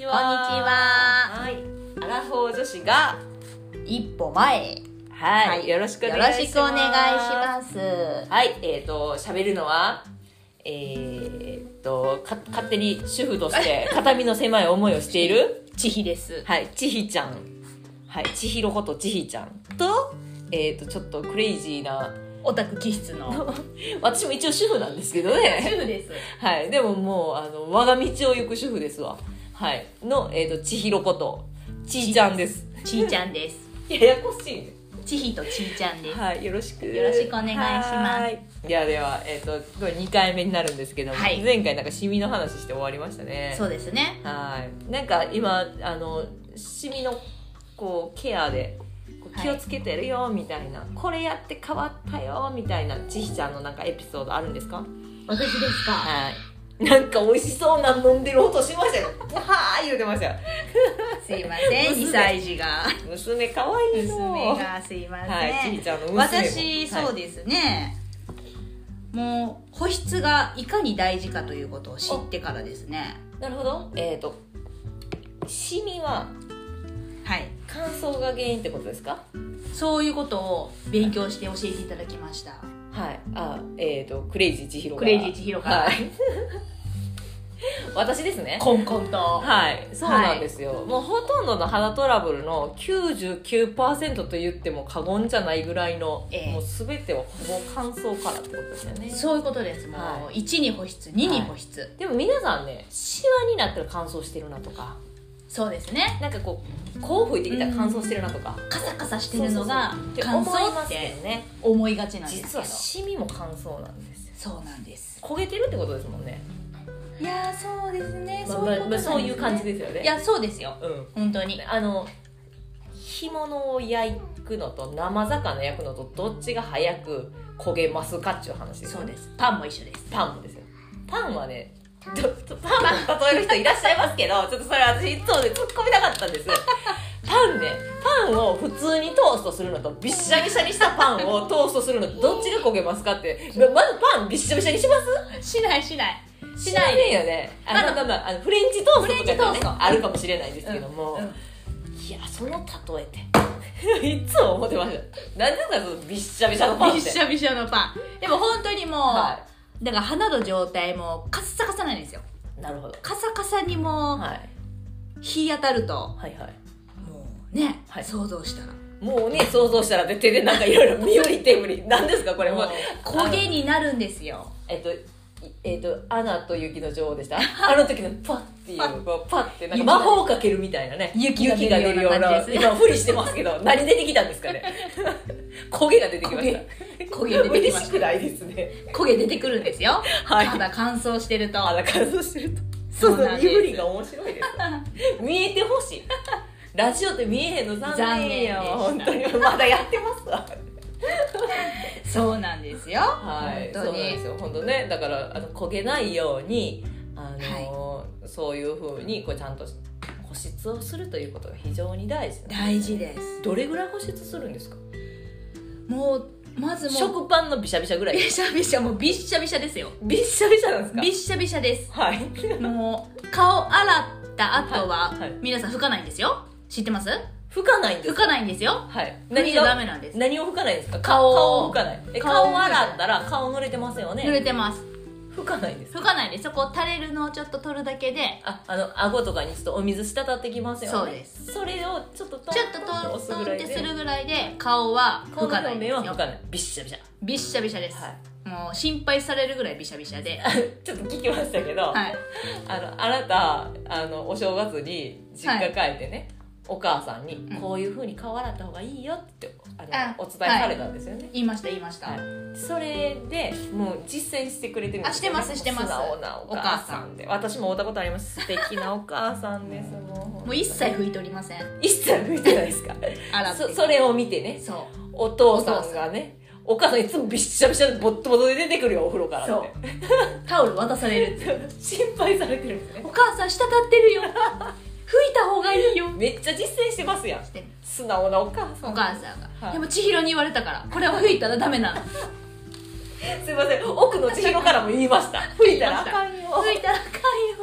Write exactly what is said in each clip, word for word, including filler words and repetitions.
ちは。 こんにちは。 はい。アラフォー女子が一歩前へ。 はい、はい、よろしくお願いします。 よろしくお願いします。 はい、えっと喋るのはえー、っとか勝手に主婦として肩身の狭い思いをしているちひです。 はい、ちひちゃん。はい、ちひろことちひちゃんとえー、っとちょっとクレイジーなオタク気質の私も一応主婦なんですけどね。 主婦です。 はい、でももうあの我が道を行く主婦ですわ。はいのえっ、ー、とちひろことちーちゃんです。 ちーちゃんです。 ややこしいね。 ちひとちーちゃんです。 はい、よろしくよろしくお願いします。 いやではえっ、ー、とこれにかいめになるんですけども、はい、前回なんかシミの話して終わりましたね。 そうですね。 はい、なんか今あのシミのこうケアで気をつけてるよみたいな、はい、これやって変わったよみたいなちひちゃんのなんかエピソードあるんですか？ 私ですか？ はい。なんか美味しそうな飲んでる音しましたよ。はー言うてましたよ。 すいません、にさい児が。 娘かわいいの。 娘がすいません。 はい、ちひちゃんの娘も。 私そうですね。はい、もう保湿がいかに大事かということを知ってからですね。 なるほど。えっ、ー、とシミは。 はい、 乾燥が原因ってことですか？ そういうことを勉強して教えていただきました。 はい。あ、えっ、ー、とクレイジーちひろから。 クレイジーちひろから。はい、 私ですね。 コンコンと。 はい。そうなんですよ。はい、もうほとんどの肌トラブルの きゅうじゅうきゅうパーセント と言っても過言じゃないぐらいの、えー、もうすべてはほぼ乾燥からってことですよね。 そういうことです。もう、はい、いちに保湿、にに保湿。はい、 でも皆さんね、シワになったら乾燥してるなとか。 そうですね。 なんかこうこう吹いてきたら乾燥してるなとか、 カサカサしてるのが乾燥って思いがちなんですけど、 実はシミも乾燥なんですよ。 そうなんです。 焦げてるってことですもんね。 いやそうですね。 まあ、そういうことなんですね。そういう感じですよね。 いやそうですよ。うん、本当にあの干物を焼くのと生魚焼くのとどっちが早く焦げますかっていう話ですよね。 そうです。パンも一緒です。 パンもですよ。パンはね。ちょっとパンを例える人いらっしゃいますけど、ちょっとそれ私いつもで突っ込みたかったんです。パンね、パンを普通にトーストするのとびっしゃびしゃにしたパンをトーストするのとどっちが焦げますかって。まずパンびっしゃびしゃにします？ しないしないしないねよね。あの、まあまあ、あのフレンチトーストとかねあるかもしれないですけども、うんうん、いやその例えていつも思ってました。なんでかそのびっしゃびしゃのパンって。 びっしゃびしゃのパン。でも本当にもう。はい、だから肌の状態もカッサカサなんですよ。 なるほど。 カサカサにも日当たると、 はいはい、 もうね、はい、想像したらもうね想像したらで手でなんかいろいろ身振り手振りなんですかこれもう焦げになるんですよ。 えっとえっとアナと雪の女王でした。あの時のパッっていうパッてなんか魔法をかけるみたいなね、 雪が出るような感じです。 今ふりしてますけど何出てきたんですかね。焦げが出てきました。 焦げ出てきました。 嬉しくないですね。 焦げ出てくるんですよ。はい、肌乾燥してると。 肌乾燥してると。そうそう、身振りが面白いです。見えてほしい。ラジオって見えへんの残念やわ。本当にまだやってますわ。 そうなんですよ。 はい、そうなんですよ。本当ね、だからあの焦げないようにあの、はい、そういう風にこうちゃんと保湿をするということが非常に大事、ね。 大事です。 どれぐらい保湿するんですか？ もうまずもう食パンのビシャビシャぐらい。 ビシャビシャもうビッシャビシャですよ。 ビッシャビシャなんですか？ ビッシャビシャです。 はい。 もう顔洗った後は、はいはい、皆さん拭かないんですよ。知ってます？ 拭かないんです。 拭かないんですよ。 はい。 何がダメなんです。 何を拭かないんですか？ 顔顔を拭かない。え顔を洗ったら顔濡れてますよね。 濡れてます。 拭かないんです。 拭かないです。そこ垂れるのをちょっと取るだけで、 あ、あの顎とかにちょっとお水滴ってきますよね。 そうです。 それをちょっとトンちょっとトントンってするぐらいで顔は拭かないんですよ。 顔の表面は拭かない。ビッシャビシャ。 ビッシャビシャです。はい。もう心配されるぐらいビシャビシャで。 ちょっと聞きましたけど、はい、あのあなたあのお正月に実家帰ってね。はい、お母さんにこういう風に顔洗った方がいいよってあのあお伝えされたんですよね。はい、 言いました言いました。はい、 それでもう実践してくれてるんですよね。 あしてますしてます。 素直なお母さんで、私も会ったことあります。素敵なお母さんです。もうもう一切拭いておりません。 一切拭いてないですか？ 洗ってそ, それを見てね。 そうお父さんがね。お母さんいつもびっしゃびしゃでボットボトで出てくるよお風呂からって。そうタオル渡されるって心配されてるんですね。 お母さん滴ってるよ拭いた方がいいよ。 めっちゃ実践してますやん。素直なお母さん。 お母さんが、はい、でも千尋に言われたからこれは拭いたらダメなの。 すいません奥の千尋からも言いました。拭いたらあかんよ。 拭いたらあかんよ。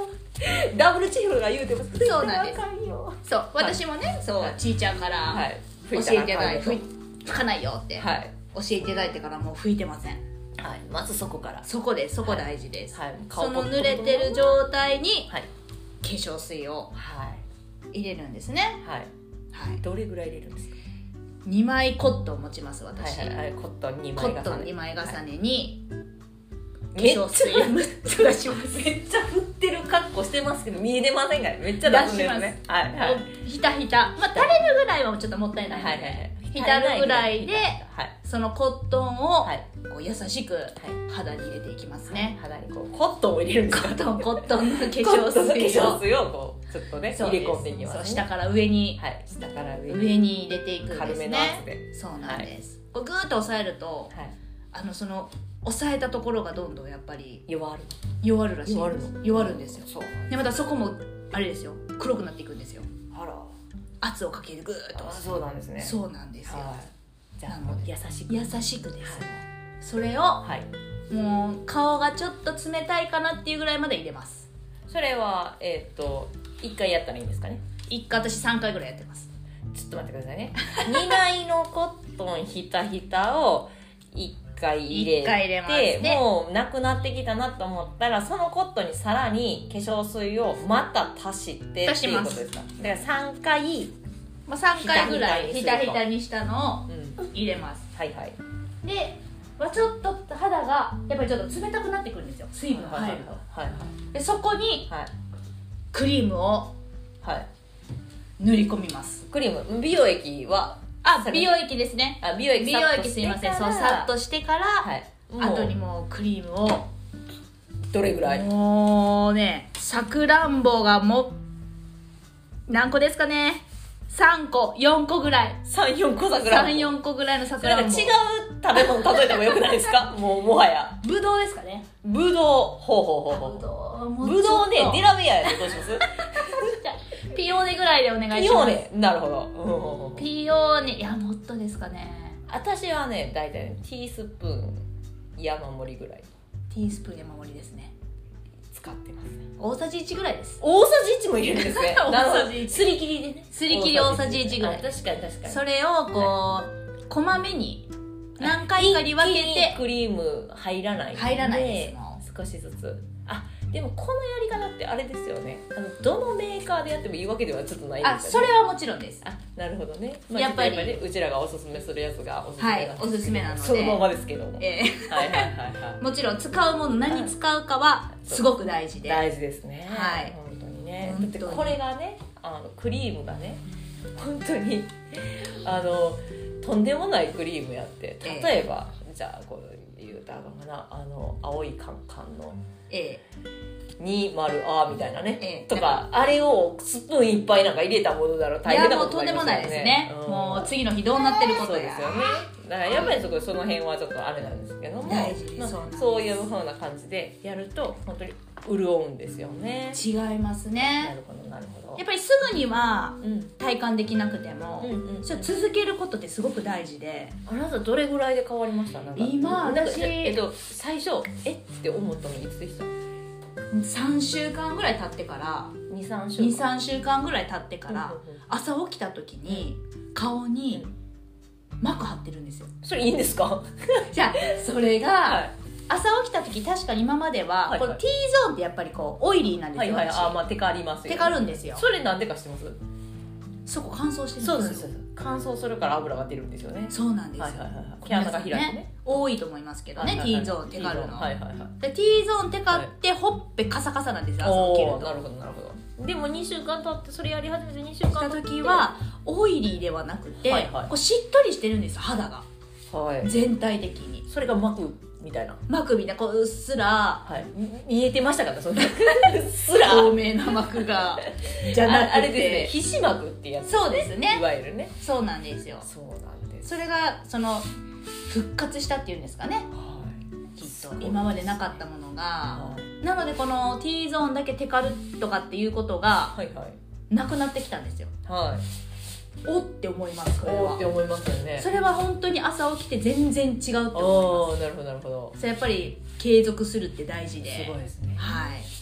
ダブルチーフが言うてます。 そうなんです。 あかんよ。 そう、私もね、そう、 はいちーちゃんからはい教えていただいて、 吹吹吹かないよってはい教えていただいてからもう吹いてません。 はい、まずそこから。 そこです、そこ大事です。 はい、 その濡れてる状態にはい化粧水をはい入れるんですね。 はい。 はい。 どれぐらい入れるんですか。 にまいコットン持ちます私。 はいはいはい、コットンにまコい重ね。 ットンにまい重ねに化めっちゃ粧水をむっちゃ出します。 めっちゃ振ってる格好してますけど見えてませんが、めっちゃ出すんですね。はいはい。 ひたひた、まあ垂れるぐらいはちょっともったいないので、 はいはいはい。 浸るぐらいではいそのコットンをはいこう優しく肌に入れていきますね。 肌にこうコットンを入れるんですか。 コットンコットンの化コッ粧トンの化水を粧水をこうちょっとねそうです入れ込んでいきますね。 そう下から上に、 はい、下から上に上に入れていくんですね。 軽めのやつで。 そうなんです。こうグーッと押さえると、 はい。 あのその押さえたところがどんどんやっぱり弱る。 弱るらしいんです。 弱るの弱るんですよ。 そう。 でまたそこもあれですよ、黒くなっていくんですよ。 あら。 圧をかけるグーッとあ、 押す。 そうなんですね。 そうなんですよ。 はい。じゃあなので優しく。 優しくです、 はいそれをはい。 もう顔がちょっと冷たいかなっていうぐらいまで入れます。 それはえっと一回やったらいいんですかね。 一回私さんかいぐらいやってます。 ちょっと待ってくださいね。にまいのコットンひたひたをいっかい入れ一回入れますて、 ねもうなくなってきたなと思ったらそのコットンにさらに化粧水をまた足してっていうことですか。だからさんかい、 まあ、さんかいぐらいひひたひたたひたにしたのをうん、 入れます。 はいはい。 で、まあ、ちょっと肌がやっぱりちょっと冷たくなってくるんですよ、水分が入ると。 はいはいでそこにはいクリームをはい。 塗り込みます。 クリーム、美容液はあ、美容液ですね。 あ美容液美容液すいません、そうさっとしてから、 はい。 あとにももうクリームをうどれぐらい？ もうね、さくらんぼがもう何個ですかね、さんこよんこぐらい、 三四個桜。 さんよんこぐらいのさくらんぼ。 それなんか違う食べ物例えてもよくないですか？もうもはや。 ぶどうですかね。 ぶどう、ほうほうほうほう。 ぶどうもうぶどうね、 ちょっとデラウェアやとどうします？ じゃあピオーネぐらいでお願いピします。 オーネ、なるほど。うんうんうんピオーネ、いやもっとですかね。 私はね、大体ね、ティースプーン山盛りぐらいティースプーン山盛りですね。 使ってますね。 大さじいちぐらいです。 大さじいちも入れるんですね。 大なるほどさじいちすり切りでね。 すり切り大さじいちぐらいあ確かに確かに。 それをこう、こまめに何回かに分け一気にて、 クリーム入らないん入らないですも少しずつ。あ、でもこのやり方ってあれですよね。あのどのメーカーでやってもいいわけではちょっとないんあ、 ですよね。 それはもちろんです。 あ、なるほどね。 やっぱりね、うちらがおすすめするやつがおすすめなんですけど、 はいおすすめなのでそのままですけども。 えはいはいはいはーもちろん使うもの何使うかはすごく大事い。 で、 大事ですね。 はい本当にね。だ本当にってこれがね、あのクリームがね、本当にあのとんでもないクリームやって、例えば、ええ、じゃあこう言うたらかな、あの青いカンカンの。 えにじゅうあみたいなね、 ええとかあれをスプーンいっぱいなんか入れたものだろうー、 大いやもう変なことにとんでなりますよね。 もないですね、 うんもう次の日どうなってることや。 そうですよね。だからやっぱりそこその辺はちょっとあれなんですけども、 大事ですまあそうなんですそういう風な感じでやると本当に潤うんですよね。 違いますなね。 るほどなるほど。 やっぱりすぐにはうん体感できなくても、 うんうん、 それ続けることってすごく大事で、 あなたどれぐらいで変わりました？なんか今なんか私えっと最初えって思ったのいつでした？ さんしゅうかんぐらい経ってからにさんしゅうかんにさんしゅうかんぐらい経ってからうんうんうん朝起きた時に顔に膜張ってるんですよ。 それいいんですか？ じゃあそれが、 は朝起きた時確かに今までは、 はいはいこの T ゾーンってやっぱりこうオイリーなんですよ、 いはいはい。 私あまあテカりますよ、ね。 テカるんですよ。 それなんでか知ってます？ そこ乾燥してるそうんですですよ。 乾燥するから油が出るんですよね。 そうなんですよ、 はいはいはいはい。 こ毛穴が開いてね。 多いと思いますけどね、 はいはいはい T ゾーンテカるの、 はいはいはい。 で T ゾーンテカってほっぺカサカサなんですよ、朝起きると。 おーなるほどなるほど。でもにしゅうかん経ってそれやり始めてにしゅうかんした経って時はオイリーではなくて、 はいはいこうしっとりしてるんです肌がはい。 全体的に。 それが膜みたいな。 膜みたいなこううっすらはい。み見えてましたかねそんな。うっすら。 透明な膜がじゃなくてああれですね。皮脂膜ってやつ。 そうですねいわゆるね。 そうなんですよ。 そうなんです。 それがその復活したっていうんですかね、 はい。 きっと今までなかったものが、 はいなのでこの T ゾーンだけテカるとかっていうことがはいはい。 なくなってきたんですよ。 はい。 おって思います。それはおーって思いますよね。 それは本当に朝起きて全然違うって思います。 おーなるほどなるほど。 それやっぱり継続するって大事で、 すごいですね。 はい、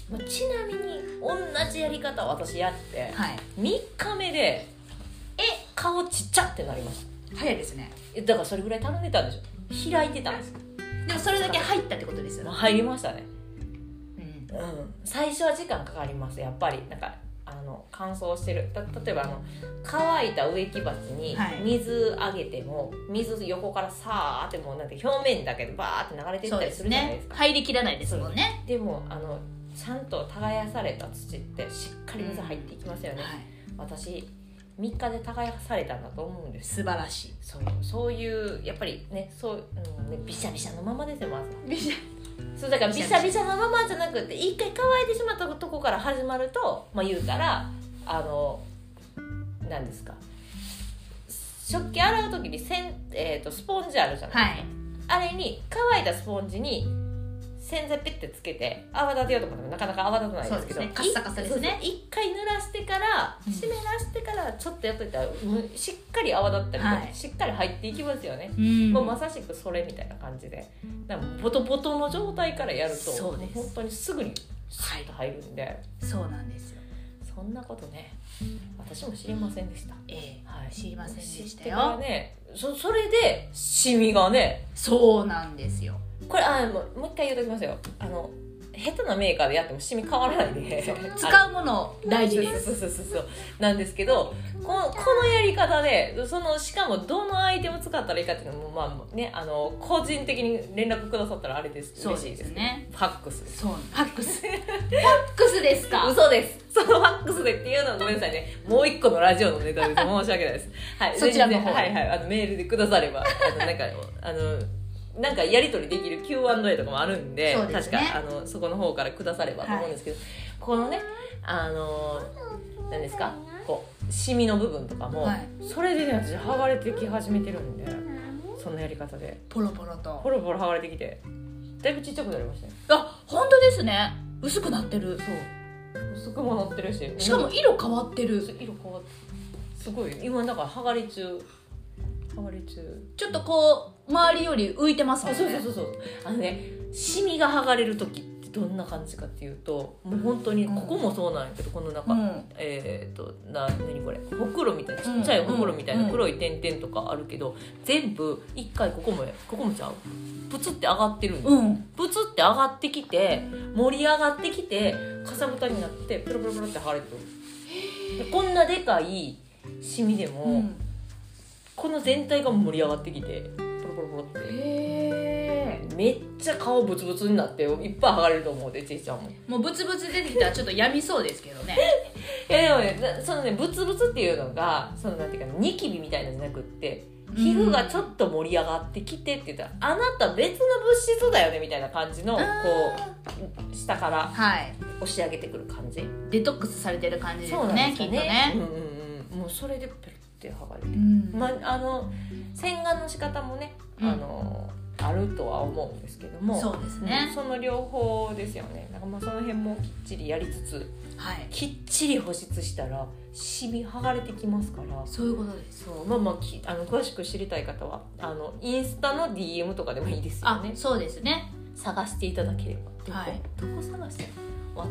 まあ、ちなみに同じやり方を私やって、 はい、 みっかめでえ顔ちっちゃってなりました。 早いですね。 だからそれぐらい頼んでたんでしょ。開いてたんです。 でもそれだけ入ったってことですよね。 入りましたね、 うんうん、最初は時間かかります。やっぱりなんかあの乾燥してるた例えばあの乾いた植木鉢に水あげても、はい、水横からさーってもうなんて表面だけでバーって流れていったりするじゃないですか。 そうですね、入りきらないですもんね。 でもあのちゃんと耕された土ってしっかり水入っていきますよね、うんはい、私みっかで耕されたんだと思うんです。 素晴らしい。 そうそういうやっぱりねそう、うんね、ビシャビシャのままですよ。まずビシャそうだからビシャビシャのままじゃなくて一回乾いてしまったとこから始まると、まあ、言うたらあの何ですか、食器洗う時にせん、えー、とスポンジあるじゃないですか、はい、あれに乾いたスポンジに洗剤ペッてつけて泡立てようと思ってもなかなか泡立たないですけど、 そうですね、カッサカサですね。 一回濡らしてから湿らしてからちょっとやっといたら、うん、しっかり泡立ったりとか、はい、しっかり入っていきますよね、うん、もうまさしくそれみたいな感じでなんかボトボトの状態からやるとそうです、 本当にすぐにスッと入るんで、はい、 そうなんですよ。 そんなことね私も知りませんでした、 ええはい、 知りませんでしたよ。 知ってからね そ, それでシミがね、 そうなんですよ。 これあもうもう一回言うときますよ。あの下手なメーカーでやってもシミ変わらないで使うもの大事です。 そうそうそうそうなんですけど、この、このやり方でそのしかもどのアイテム使ったらいいかっていうのもまあね、あの個人的に連絡くださったらあれです。 そうですね、 嬉しいですね。ファックス。 そうファックスファックスですか。 嘘です。そのファックスでっていうのはごめんなさいね、もう一個のラジオのネタで申し訳ないです。はい、 そちらの方はいはい、あのメールでくださればあのなんかあのなんかやり取りできる キューアンドエー とかもあるん で, そうですね、 確かあのそこの方からくださればと思うんですけど、はい、このねあの何ですかこうシミの部分とかも、はい、それでね私剥がれてき始めてるんで、そのやり方でポロポロとポロポロ剥がれてきてだいぶちっちゃくなりましたよ。 あ本当ですね。薄くなってる。 そう薄くもなってるし、 しかも色変わってる。 色変わってすごい今だから剥がれ中剥がれ中ちょっとこう周りより浮いてますもんね。 そうそうそうそう。あのねシミが剥がれる時ってどんな感じかっていうと、もう本当にここもそうなんやけど、この中、うん、えっ、ー、とな何これほくろみたいなちっちゃいほくろみたいな黒い点々とかあるけど、全部一回ここもここもちゃうプツって上がってるんです、うん、プツって上がってきて盛り上がってきてかさぶたになってプロプロプロって剥がれてる。でこんなでかいシミでも、うん、この全体が盛り上がってきてプロプロプロって、へーめっちゃ顔ブツブツになっていっぱい剥がれると思うで、ちいちゃんももうブツブツ出てきたらちょっとやみそうですけどねいやでもねそのねブツブツっていうのがそのなんていうかニキビみたいなんじゃなくって皮膚がちょっと盛り上がってきてって言ったら、あなた別の物質だよねみたいな感じのこう下から押し上げてくる感じ、はい、 デトックスされてる感じですね、きっとね、 うんうんうん、もうそれでペルって剥がれて、うんまあ、あの洗顔の仕方もね、うん、あのあるとは思うんですけども、 そうですね、 うん、その両方ですよね。なんかまあその辺もきっちりやりつつ、はい、きっちり保湿したらシミ剥がれてきますから。 そういうことです。 そうまあまあきあの詳しく知りたい方はあのインスタの ディーエム とかでもいいですよね。 あ、そうですね。 探していただければ。 はい。 どこ探して？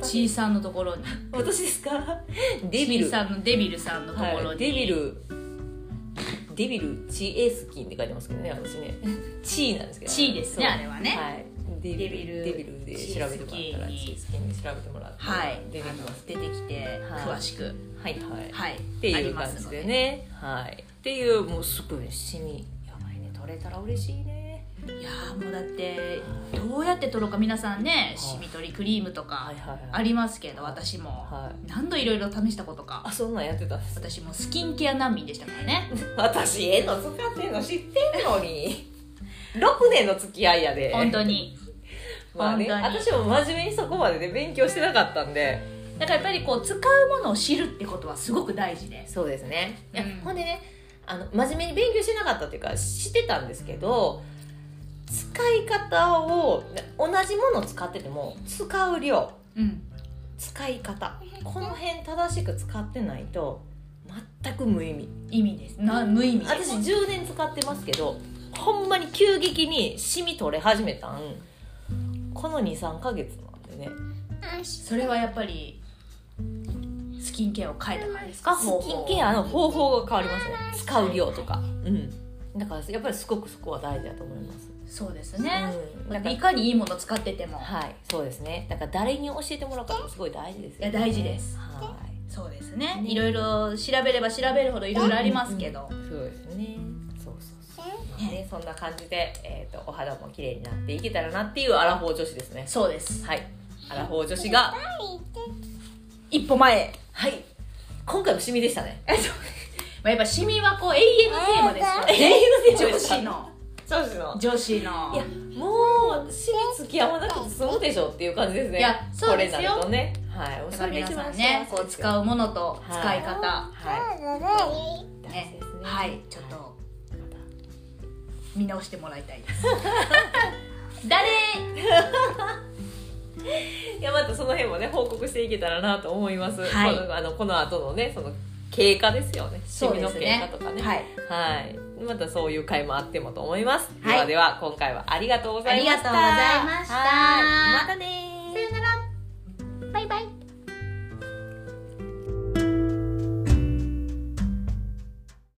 ちいさんのところに。 私ですか？デビル。 ちいさんのデビルさんのところに。 はい、デビル。デビルチエスキンって書いてますけどね、私ね。チーなんですけど、ね。 チーですね、あれはね。 はい。デビルデビルで調べてもらったらチースキンで調べてもらったら、 はい、 出てきます。 出てきて詳しく、 はいはいはい、 っていう感じでね、はい。っていうもうすごいシミやばいね、取れたら嬉しいね。 いやもうだってどうやって取ろうか皆さんね、シミ取りクリームとかありますけど、私も何度いろいろ試したことか。 あ、そんなんやってたんです。 私もスキンケア難民でしたからね私ええの使ってんの知ってんのにろくねんの付き合いやで本当にまあね、私も真面目にそこまでで勉強してなかったんで、 だからやっぱりこう使うものを知るってことはすごく大事で。 そうですね、うん、いやほんでね、あの真面目に勉強してなかったっていうか知ってたんですけど、使い方を同じものを使ってても使う量、うん、使い方この辺正しく使ってないと全く無意味。 意味ですな無意味です。 私じゅうねん使ってますけど、ほんまに急激にシミ取れ始めたんこの にさんかげつなんでね。 それはやっぱりスキンケアを変えたからですか？ スキンケアの方法が変わりますね。使う量とか、うん、だからやっぱりすごくそこは大事だと思います。 そうですね、 うん、 なんかいかにいいもの使ってても、 はい、そうですね。だから誰に教えてもらうかってすごい大事ですよね。 いや大事です、はい、そうですね。いろいろ調べれば調べるほどいろいろありますけど、 うんうん、そうですね。そうそうそう、まあね、そんな感じで、えーと、お肌も綺麗になっていけたらなっていうアラフォー女子ですね。 そうです、 はい、アラフォー女子が一歩前へ。 はい、今回もシミでしたね。 やっぱシミはこう永遠のテーマですからね。 永遠のテーマ女ですか？ 子の女子の女子のいやもうシミ付き合わなくて済むでしょっていう感じですね。 いやそうですよ。 これなるとね、はい、 だから皆さんね、こう使うものと使い方、 はい、 はい、 ね、 はい、ちょっと見直してもらいたいです。誰いやまたその辺もね報告していけたらなと思います。 はい、 このあのこの後のねその経過ですよね。シミの経過とかね。はい、はい、またそういう回もあってもと思います。はい、ではでは今回はありがとうございました。 ありがとうございました。 はい、またね。